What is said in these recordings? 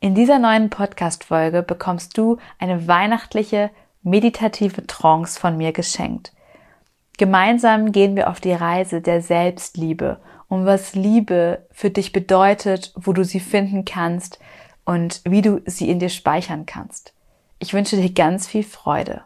In dieser neuen Podcast-Folge bekommst du eine weihnachtliche, meditative Trance von mir geschenkt. Gemeinsam gehen wir auf die Reise der Selbstliebe, um was Liebe für dich bedeutet, wo du sie finden kannst und wie du sie in dir speichern kannst. Ich wünsche dir ganz viel Freude.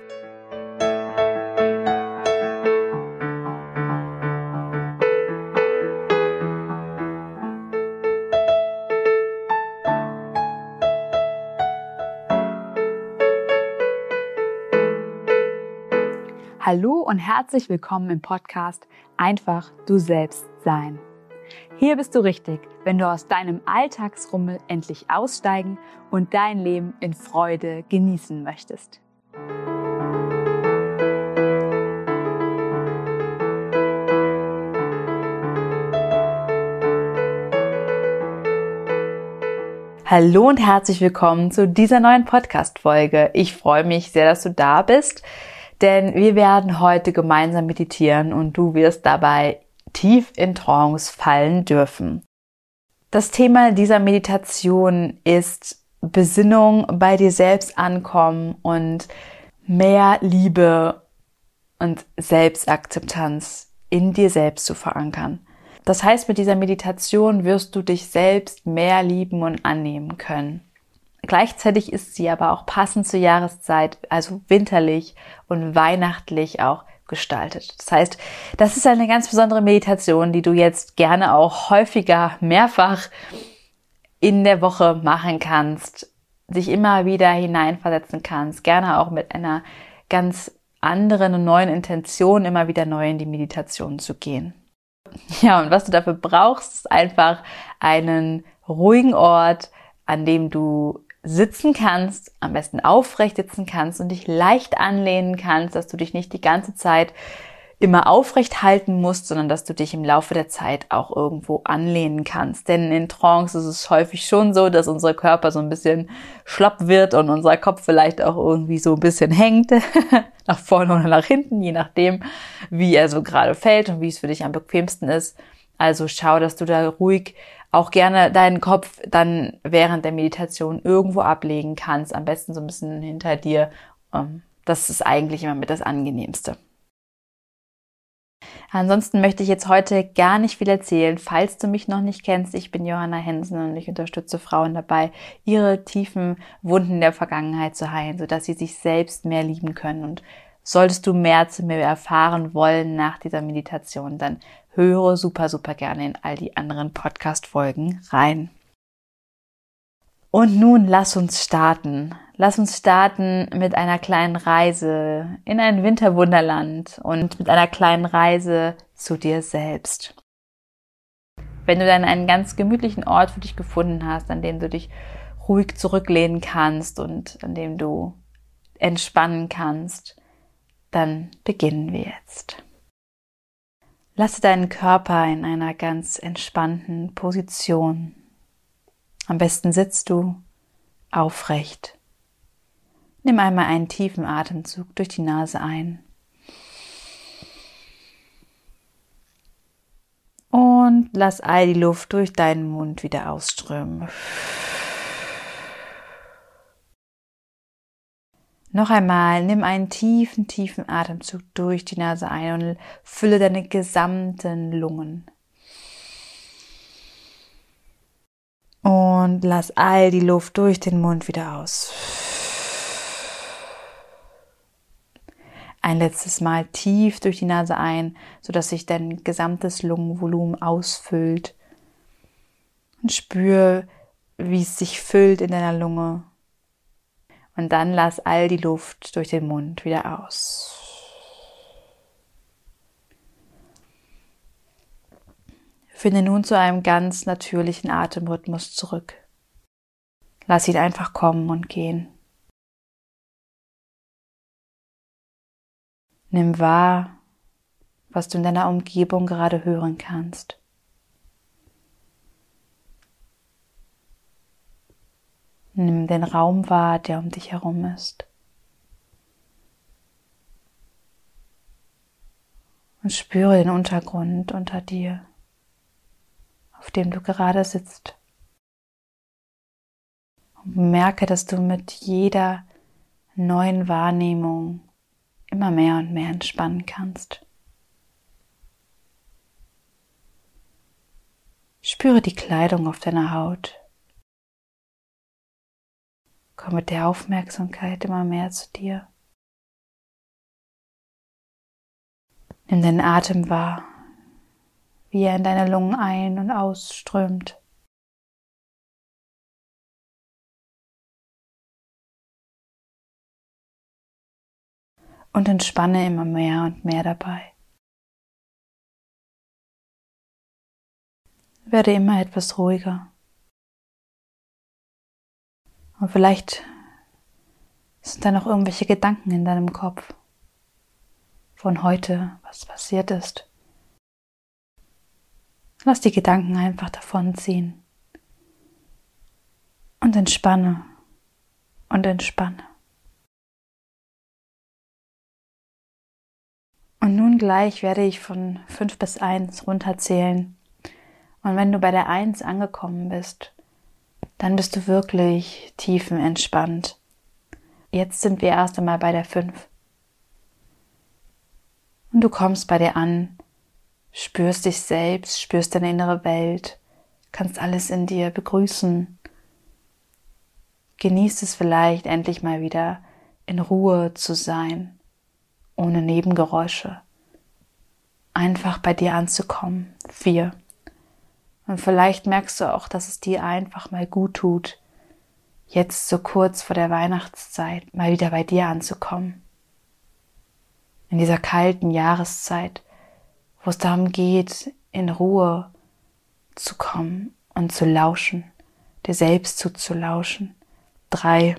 Hallo und herzlich willkommen im Podcast Einfach du selbst sein. Hier bist du richtig, wenn du aus deinem Alltagsrummel endlich aussteigen und dein Leben in Freude genießen möchtest. Hallo und herzlich willkommen zu dieser neuen Podcast-Folge. Ich freue mich sehr, dass du da bist. Denn wir werden heute gemeinsam meditieren und du wirst dabei tief in Trance fallen dürfen. Das Thema dieser Meditation ist Besinnung, bei dir selbst ankommen und mehr Liebe und Selbstakzeptanz in dir selbst zu verankern. Das heißt, mit dieser Meditation wirst du dich selbst mehr lieben und annehmen können. Gleichzeitig ist sie aber auch passend zur Jahreszeit, also winterlich und weihnachtlich auch gestaltet. Das heißt, das ist eine ganz besondere Meditation, die du jetzt gerne auch häufiger, mehrfach in der Woche machen kannst, dich immer wieder hineinversetzen kannst, gerne auch mit einer ganz anderen und neuen Intention immer wieder neu in die Meditation zu gehen. Ja, und was du dafür brauchst, ist einfach einen ruhigen Ort, an dem du sitzen kannst, am besten aufrecht sitzen kannst und dich leicht anlehnen kannst, dass du dich nicht die ganze Zeit immer aufrecht halten musst, sondern dass du dich im Laufe der Zeit auch irgendwo anlehnen kannst. Denn in Trance ist es häufig schon so, dass unser Körper so ein bisschen schlapp wird und unser Kopf vielleicht auch irgendwie so ein bisschen hängt, nach vorne oder nach hinten, je nachdem, wie er so gerade fällt und wie es für dich am bequemsten ist. Also schau, dass du da ruhig auch gerne deinen Kopf dann während der Meditation irgendwo ablegen kannst, am besten so ein bisschen hinter dir. Das ist eigentlich immer mit das Angenehmste. Ansonsten möchte ich jetzt heute gar nicht viel erzählen. Falls du mich noch nicht kennst, ich bin Johanna Hensen und ich unterstütze Frauen dabei, ihre tiefen Wunden der Vergangenheit zu heilen, sodass sie sich selbst mehr lieben können. Und solltest du mehr zu mir erfahren wollen nach dieser Meditation, dann höre super gerne in all die anderen Podcast-Folgen rein. Und nun lass uns starten. Lass uns starten mit einer kleinen Reise in ein Winterwunderland und mit einer kleinen Reise zu dir selbst. Wenn du dann einen ganz gemütlichen Ort für dich gefunden hast, an dem du dich ruhig zurücklehnen kannst und an dem du entspannen kannst, dann beginnen wir jetzt. Lasse deinen Körper in einer ganz entspannten Position. Am besten sitzt du aufrecht. Nimm einmal einen tiefen Atemzug durch die Nase ein. Und lass all die Luft durch deinen Mund wieder ausströmen. Noch einmal, nimm einen tiefen Atemzug durch die Nase ein und fülle deine gesamten Lungen. Und lass all die Luft durch den Mund wieder aus. Ein letztes Mal tief durch die Nase ein, sodass sich dein gesamtes Lungenvolumen ausfüllt. Und spür, wie es sich füllt in deiner Lunge. Und dann lass all die Luft durch den Mund wieder aus. Finde nun zu einem ganz natürlichen Atemrhythmus zurück. Lass ihn einfach kommen und gehen. Nimm wahr, was du in deiner Umgebung gerade hören kannst. Nimm den Raum wahr, der um dich herum ist. Und spüre den Untergrund unter dir, auf dem du gerade sitzt. Und merke, dass du mit jeder neuen Wahrnehmung immer mehr und mehr entspannen kannst. Spüre die Kleidung auf deiner Haut. Komm mit der Aufmerksamkeit immer mehr zu dir. Nimm deinen Atem wahr, wie er in deine Lungen ein- und ausströmt. Und entspanne immer mehr und mehr dabei. Werde immer etwas ruhiger. Und vielleicht sind da noch irgendwelche Gedanken in deinem Kopf von heute, was passiert ist. Lass die Gedanken einfach davonziehen. Und entspanne und entspanne. Und nun gleich werde ich von 5 bis 1 runterzählen. Und wenn du bei der 1 angekommen bist, dann bist du wirklich tiefenentspannt. Jetzt sind wir erst einmal bei der 5. Und du kommst bei dir an, spürst dich selbst, spürst deine innere Welt, kannst alles in dir begrüßen. Genießt es vielleicht endlich mal wieder in Ruhe zu sein, ohne Nebengeräusche. Einfach bei dir anzukommen. 4. Und vielleicht merkst du auch, dass es dir einfach mal gut tut, jetzt so kurz vor der Weihnachtszeit mal wieder bei dir anzukommen. In dieser kalten Jahreszeit, wo es darum geht, in Ruhe zu kommen und zu lauschen, dir selbst zuzulauschen. 3.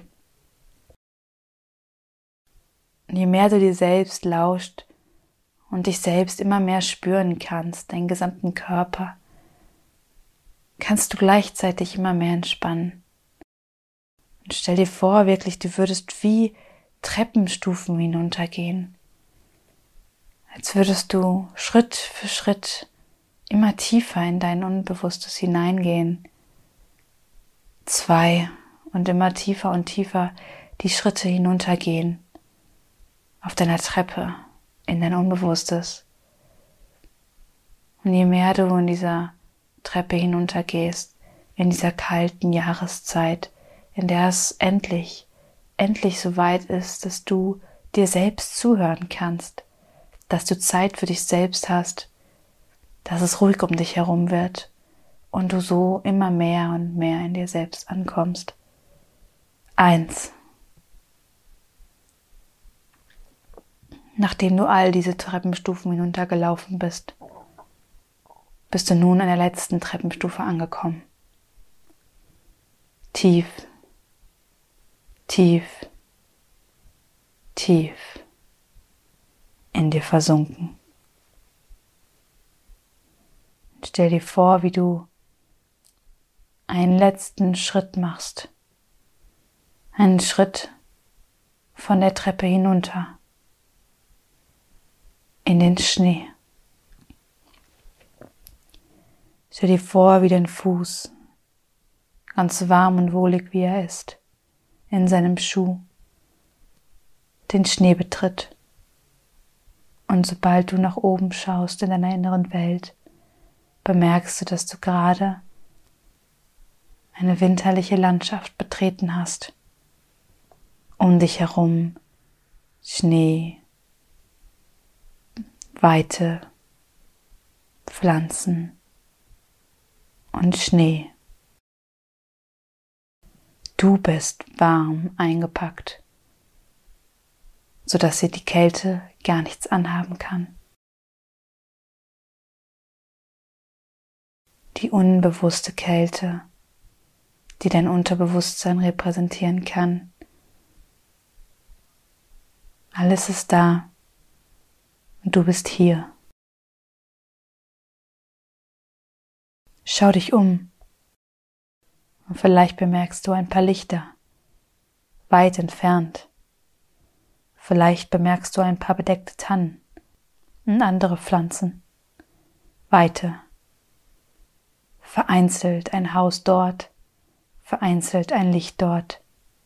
Und je mehr du dir selbst lauscht und dich selbst immer mehr spüren kannst, deinen gesamten Körper, kannst du gleichzeitig immer mehr entspannen. Und stell dir vor, wirklich, du würdest wie Treppenstufen hinuntergehen. Als würdest du Schritt für Schritt immer tiefer in dein Unbewusstes hineingehen. 2. Und immer tiefer und tiefer die Schritte hinuntergehen. Auf deiner Treppe in dein Unbewusstes. Und je mehr du in dieser Treppe hinuntergehst, in dieser kalten Jahreszeit, in der es endlich so weit ist, dass du dir selbst zuhören kannst, dass du Zeit für dich selbst hast, dass es ruhig um dich herum wird und du so immer mehr und mehr in dir selbst ankommst. 1. Nachdem du all diese Treppenstufen hinuntergelaufen bist, bist du nun an der letzten Treppenstufe angekommen. Tief, tief, tief in dir versunken. Stell dir vor, wie du einen letzten Schritt machst. Einen Schritt von der Treppe hinunter in den Schnee. Stell dir vor, wie dein Fuß, ganz warm und wohlig wie er ist, in seinem Schuh, den Schnee betritt. Und sobald du nach oben schaust in deiner inneren Welt, bemerkst du, dass du gerade eine winterliche Landschaft betreten hast. Um dich herum Schnee, Weite, Pflanzen und Schnee. Du bist warm eingepackt, sodass dir die Kälte gar nichts anhaben kann. Die unbewusste Kälte, die dein Unterbewusstsein repräsentieren kann. Alles ist da und du bist hier. Schau dich um und vielleicht bemerkst du ein paar Lichter, weit entfernt. Vielleicht bemerkst du ein paar bedeckte Tannen und andere Pflanzen, Weite. Vereinzelt ein Haus dort, vereinzelt ein Licht dort.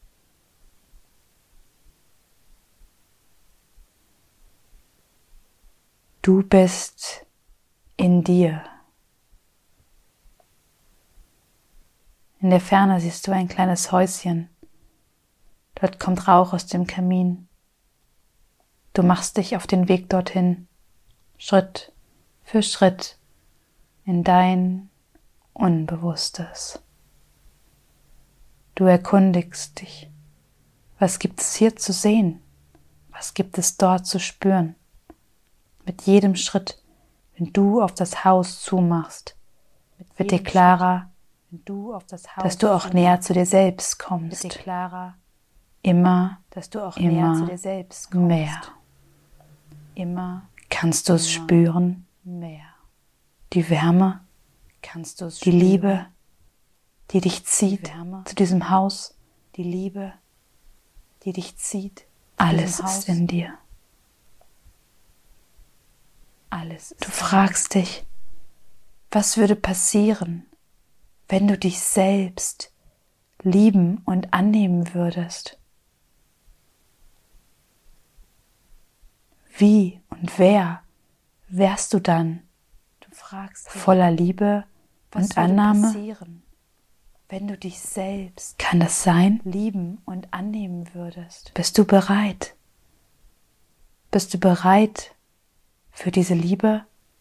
Du bist in dir. In der Ferne siehst du ein kleines Häuschen. Dort kommt Rauch aus dem Kamin. Du machst dich auf den Weg dorthin, Schritt für Schritt, in dein Unbewusstes. Du erkundigst dich. Was gibt es hier zu sehen? Was gibt es dort zu spüren? Mit jedem Schritt, wenn du auf das Haus zumachst, wird dir klarer, dass du auch näher zu dir selbst kommst. Immer mehr. Kannst du es spüren? Die Wärme, die Liebe, die dich zieht zu diesem Haus. Alles ist in dir. Du fragst dich, was würde passieren, wenn du dich selbst lieben und annehmen würdest? Wie und wer wärst du dann? Voller Liebe und Annahme? Wenn du dich selbst kann das sein? Lieben und annehmen würdest. Bist du bereit? Bist du bereit für diese Liebe?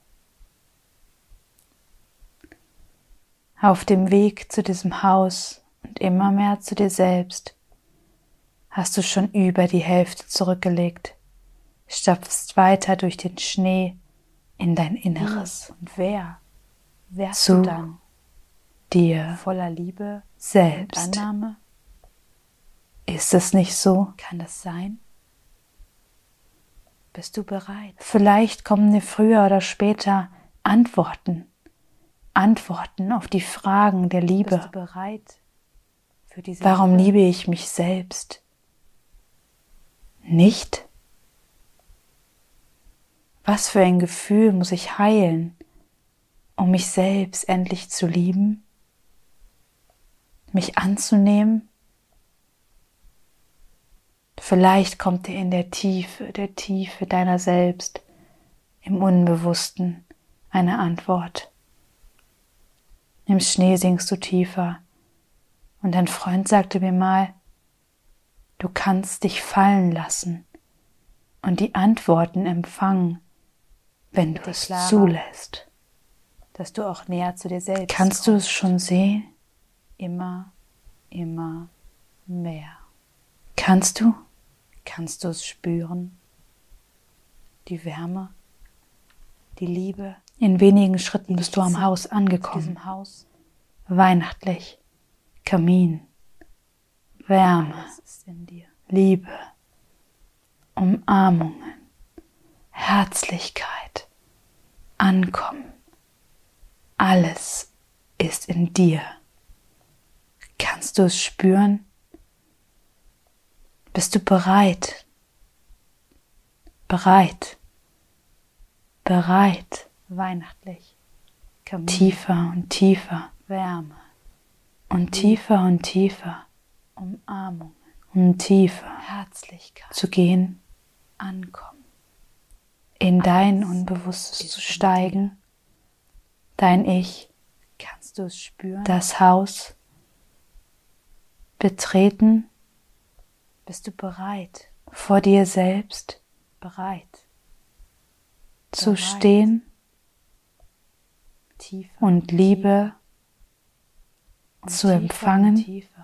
Auf dem Weg zu diesem Haus und immer mehr zu dir selbst hast du schon über die Hälfte zurückgelegt, stapfst weiter durch den Schnee in dein Inneres. Und wer wärst du dann? Dir voller Liebe selbst. Und Annahme? Ist es nicht so? Kann das sein? Bist du bereit? Vielleicht kommen dir früher oder später Antworten auf die Fragen der Liebe. Bist du bereit für diese Warum Liebe? Liebe ich mich selbst nicht? Was für ein Gefühl muss ich heilen, um mich selbst endlich zu lieben? Mich anzunehmen? Vielleicht kommt dir in der Tiefe deiner selbst, im Unbewussten, eine Antwort. Im Schnee sinkst du tiefer und ein Freund sagte mir mal, du kannst dich fallen lassen und die Antworten empfangen, wenn du es zulässt. Dass du auch näher zu dir selbst kannst du es schon sehen? Immer mehr. Kannst du? Kannst du es spüren? Die Wärme, die Liebe. In wenigen Schritten bist du am Haus angekommen. Haus. Weihnachtlich, Kamin, Wärme, Liebe, Umarmungen, Herzlichkeit, Ankommen. Alles ist in dir. Kannst du es spüren? Bist du bereit? Bereit. Weihnachtlich. Kamin. Tiefer und tiefer. Wärme. Und tiefer und tiefer. Umarmung. Und tiefer. Herzlichkeit. Zu gehen. Ankommen. In dein Unbewusstes zu steigen. Dein Ich. Kannst du es spüren? Das Haus. Betreten. Bist du bereit? Vor dir selbst. Bereit. Zu stehen. Tiefer und Liebe zu empfangen.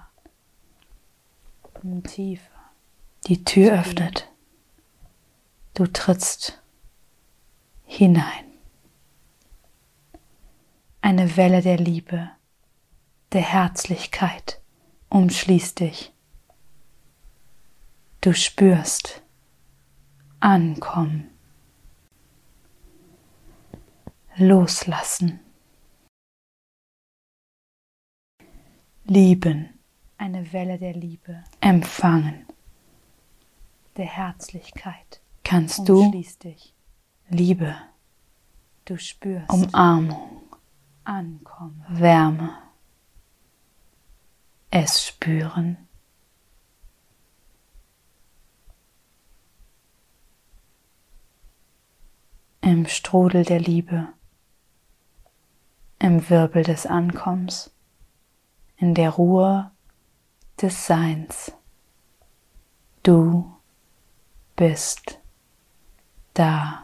Tiefer. Die Tür öffnet. Du trittst hinein. Eine Welle der Liebe, der Herzlichkeit umschließt dich. Du spürst Ankommen, Loslassen, Lieben, eine Welle der Liebe, empfangen, der Herzlichkeit. Kannst du dich. Liebe, du spürst Umarmung, Ankommen, Wärme, es spüren. Im Strudel der Liebe, im Wirbel des Ankommens, in der Ruhe des Seins. Du bist da.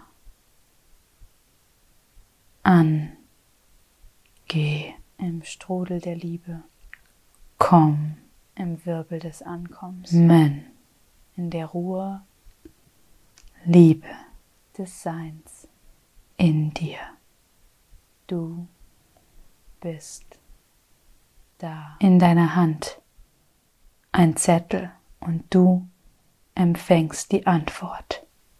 Geh im Strudel der Liebe. Komm im Wirbel des Ankommens. In der Ruhe, Liebe des Seins in dir. Du bist da. In deiner Hand ein Zettel und du empfängst die Antwort.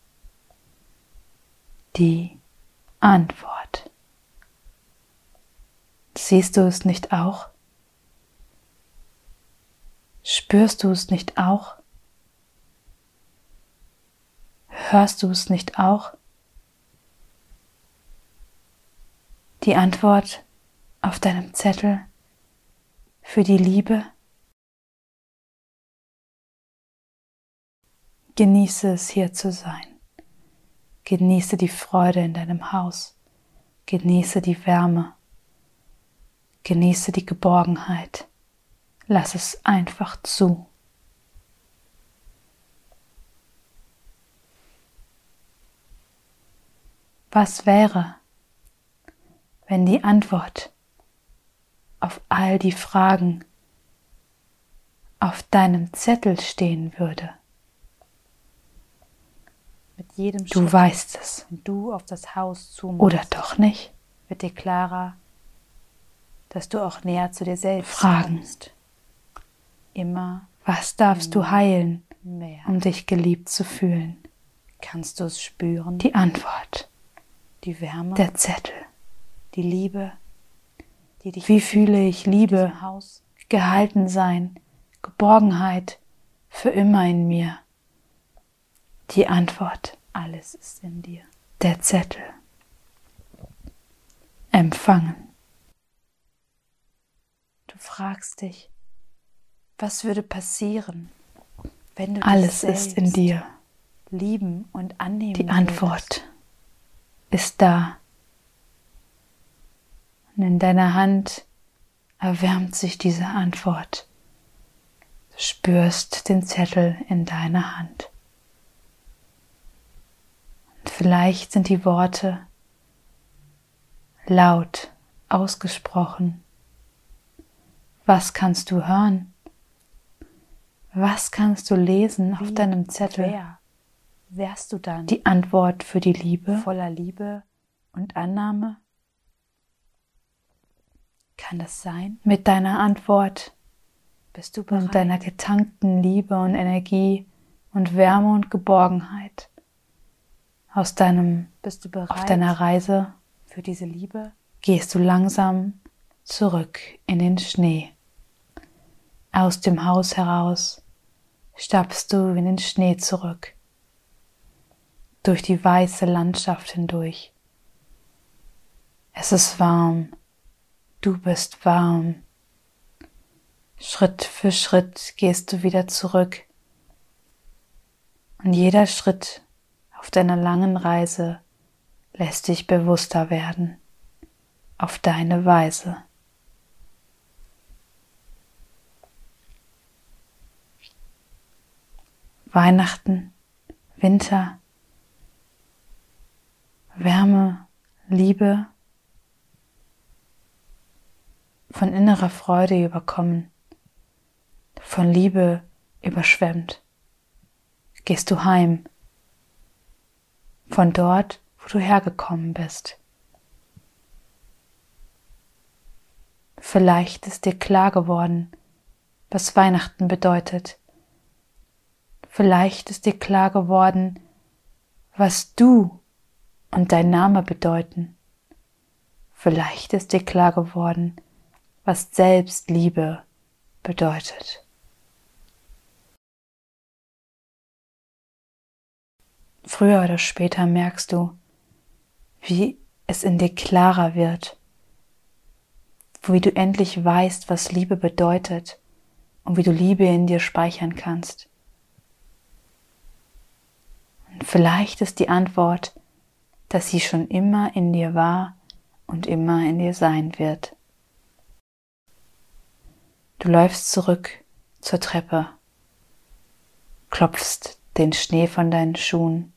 Die Antwort. Siehst du es nicht auch? Spürst du es nicht auch? Hörst du es nicht auch? Die Antwort auf deinem Zettel für die Liebe? Genieße es, hier zu sein. Genieße die Freude in deinem Haus. Genieße die Wärme. Genieße die Geborgenheit. Lass es einfach zu. Was wäre, wenn die Antwort auf all die Fragen auf deinem Zettel stehen würde? Mit jedem Schritt, du weißt es, wenn du auf das Haus zumachst, oder doch nicht, wird dir klarer, dass du auch näher zu dir selbst kommst. Immer, was darfst du heilen, mehr, um dich geliebt zu fühlen? Kannst du es spüren? Die Antwort, die Wärme, der Zettel, die Liebe, die dich. Wie fühle ich Liebe, gehalten sein, Geborgenheit für immer in mir? Die Antwort, alles ist in dir. Der Zettel. Empfangen. Du fragst dich, was würde passieren, wenn du alles ist in dir. Lieben und annehmen. Die Antwort ist da. Und in deiner Hand erwärmt sich diese Antwort. Du spürst den Zettel in deiner Hand. Und vielleicht sind die Worte laut ausgesprochen. Was kannst du hören? Was kannst du lesen auf deinem Zettel? Wer wärst du dann? Die Antwort für die Liebe? Voller Liebe und Annahme? Kann das sein? Mit deiner Antwort bist du bereit? Und deiner getankten Liebe und Energie und Wärme und Geborgenheit aus deinem, bist du bereit auf deiner Reise für diese Liebe? Gehst du langsam zurück in den Schnee. Aus dem Haus heraus stapfst du in den Schnee zurück, durch die weiße Landschaft hindurch. Es ist warm, du bist warm. Schritt für Schritt gehst du wieder zurück. Und jeder Schritt auf deiner langen Reise lässt dich bewusster werden, auf deine Weise. Weihnachten, Winter, Wärme, Liebe, von innerer Freude überkommen, von Liebe überschwemmt. Gehst du heim, von dort, wo du hergekommen bist. Vielleicht ist dir klar geworden, was Weihnachten bedeutet. Vielleicht ist dir klar geworden, was du und dein Name bedeuten. Vielleicht ist dir klar geworden, was Selbstliebe bedeutet. Früher oder später merkst du, wie es in dir klarer wird, wie du endlich weißt, was Liebe bedeutet und wie du Liebe in dir speichern kannst. Und vielleicht ist die Antwort, dass sie schon immer in dir war und immer in dir sein wird. Du läufst zurück zur Treppe, klopfst den Schnee von deinen Schuhen,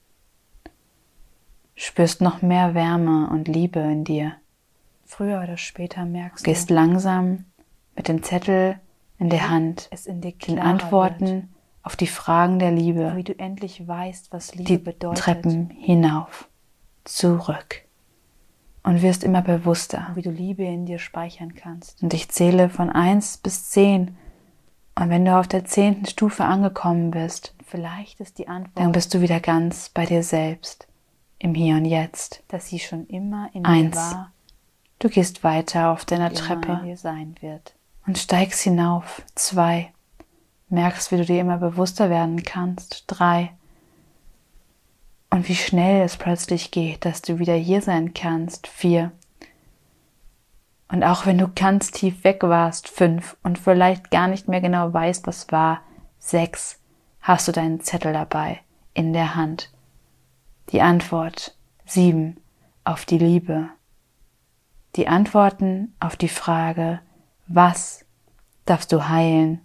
spürst noch mehr Wärme und Liebe in dir. Früher oder später merkst du, gehst langsam mit dem Zettel in der Hand, den Antworten auf die Fragen der Liebe, wie du endlich weißt, was Liebe bedeutet, die Treppen hinauf, zurück und wirst immer bewusster, wie du Liebe in dir speichern kannst. Und ich zähle von 1 bis 10 und wenn du auf der 10. Stufe angekommen bist, vielleicht ist die Antwort, dann bist du wieder ganz bei dir selbst, im Hier und Jetzt, dass sie schon immer in dir war. Du gehst weiter auf deiner Treppe sein wird und steigst hinauf. 2. Merkst, wie du dir immer bewusster werden kannst. 3. Und wie schnell es plötzlich geht, dass du wieder hier sein kannst. 4. Und auch wenn du ganz tief weg warst. 5. Und vielleicht gar nicht mehr genau weißt, was war. 6. Hast du deinen Zettel dabei, in der Hand. Die Antwort. 7. Auf die Liebe. Die Antworten auf die Frage, was darfst du heilen,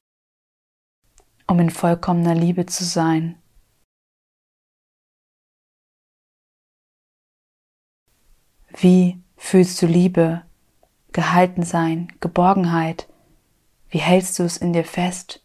um in vollkommener Liebe zu sein? Wie fühlst du Liebe, Gehaltensein, Geborgenheit? Wie hältst du es in dir fest?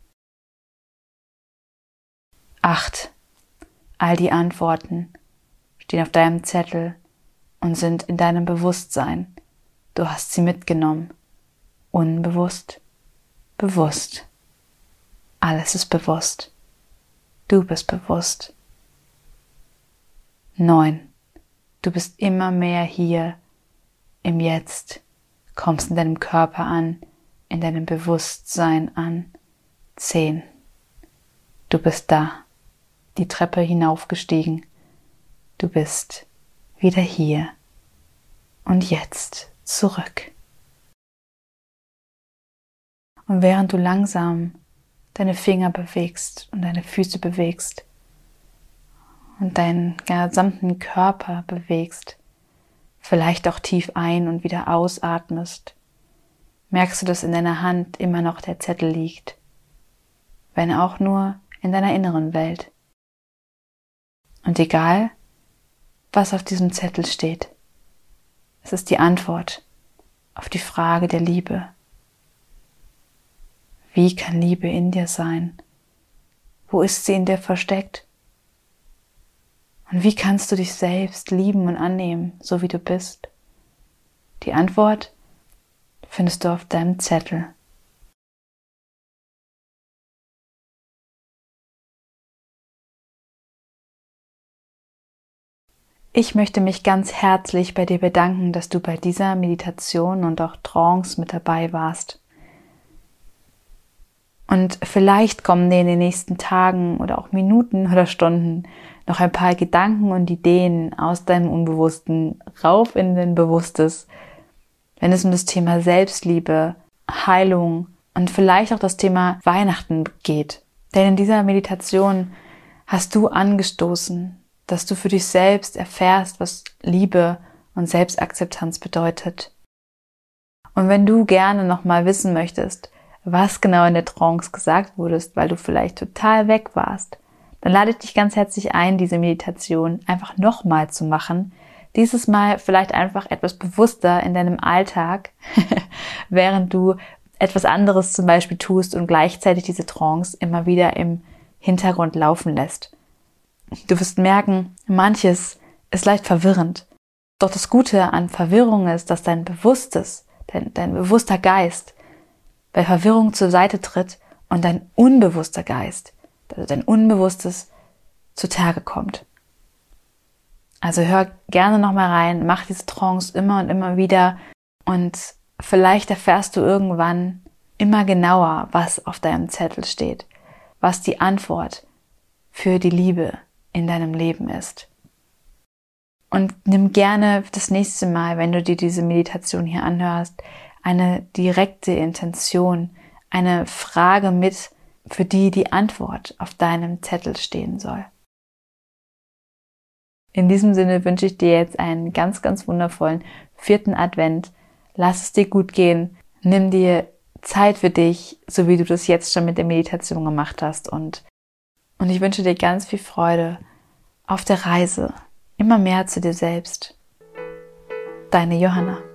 8. All die Antworten stehen auf deinem Zettel und sind in deinem Bewusstsein. Du hast sie mitgenommen. Unbewusst, bewusst. Alles ist bewusst. Du bist bewusst. 9. Du bist immer mehr hier, im Jetzt, kommst in deinem Körper an, in deinem Bewusstsein an. 10. Du bist da, die Treppe hinaufgestiegen. Du bist wieder hier und jetzt zurück. Und während du langsam deine Finger bewegst und deine Füße bewegst und deinen gesamten Körper bewegst, vielleicht auch tief ein- und wieder ausatmest, merkst du, dass in deiner Hand immer noch der Zettel liegt, wenn auch nur in deiner inneren Welt. Und egal, was auf diesem Zettel steht, es ist die Antwort auf die Frage der Liebe. Wie kann Liebe in dir sein? Wo ist sie in dir versteckt? Und wie kannst du dich selbst lieben und annehmen, so wie du bist? Die Antwort findest du auf deinem Zettel. Ich möchte mich ganz herzlich bei dir bedanken, dass du bei dieser Meditation und auch Trance mit dabei warst. Und vielleicht kommen dir in den nächsten Tagen oder auch Minuten oder Stunden noch ein paar Gedanken und Ideen aus deinem Unbewussten rauf in dein Bewusstes, wenn es um das Thema Selbstliebe, Heilung und vielleicht auch das Thema Weihnachten geht. Denn in dieser Meditation hast du angestoßen, dass du für dich selbst erfährst, was Liebe und Selbstakzeptanz bedeutet. Und wenn du gerne nochmal wissen möchtest, was genau in der Trance gesagt wurdest, weil du vielleicht total weg warst, dann lade ich dich ganz herzlich ein, diese Meditation einfach nochmal zu machen. Dieses Mal vielleicht einfach etwas bewusster in deinem Alltag, während du etwas anderes zum Beispiel tust und gleichzeitig diese Trance immer wieder im Hintergrund laufen lässt. Du wirst merken, manches ist leicht verwirrend. Doch das Gute an Verwirrung ist, dass dein bewusster Geist bei Verwirrung zur Seite tritt und dein unbewusster Geist, also dein Unbewusstes, zutage kommt. Also hör gerne nochmal rein, mach diese Trance immer und immer wieder und vielleicht erfährst du irgendwann immer genauer, was auf deinem Zettel steht, was die Antwort für die Liebe in deinem Leben ist. Und nimm gerne das nächste Mal, wenn du dir diese Meditation hier anhörst, eine direkte Intention, eine Frage mit, für die die Antwort auf deinem Zettel stehen soll. In diesem Sinne wünsche ich dir jetzt einen ganz, ganz wundervollen 4. Advent. Lass es dir gut gehen. Nimm dir Zeit für dich, so wie du das jetzt schon mit der Meditation gemacht hast. Und ich wünsche dir ganz viel Freude auf der Reise. Immer mehr zu dir selbst. Deine Johanna.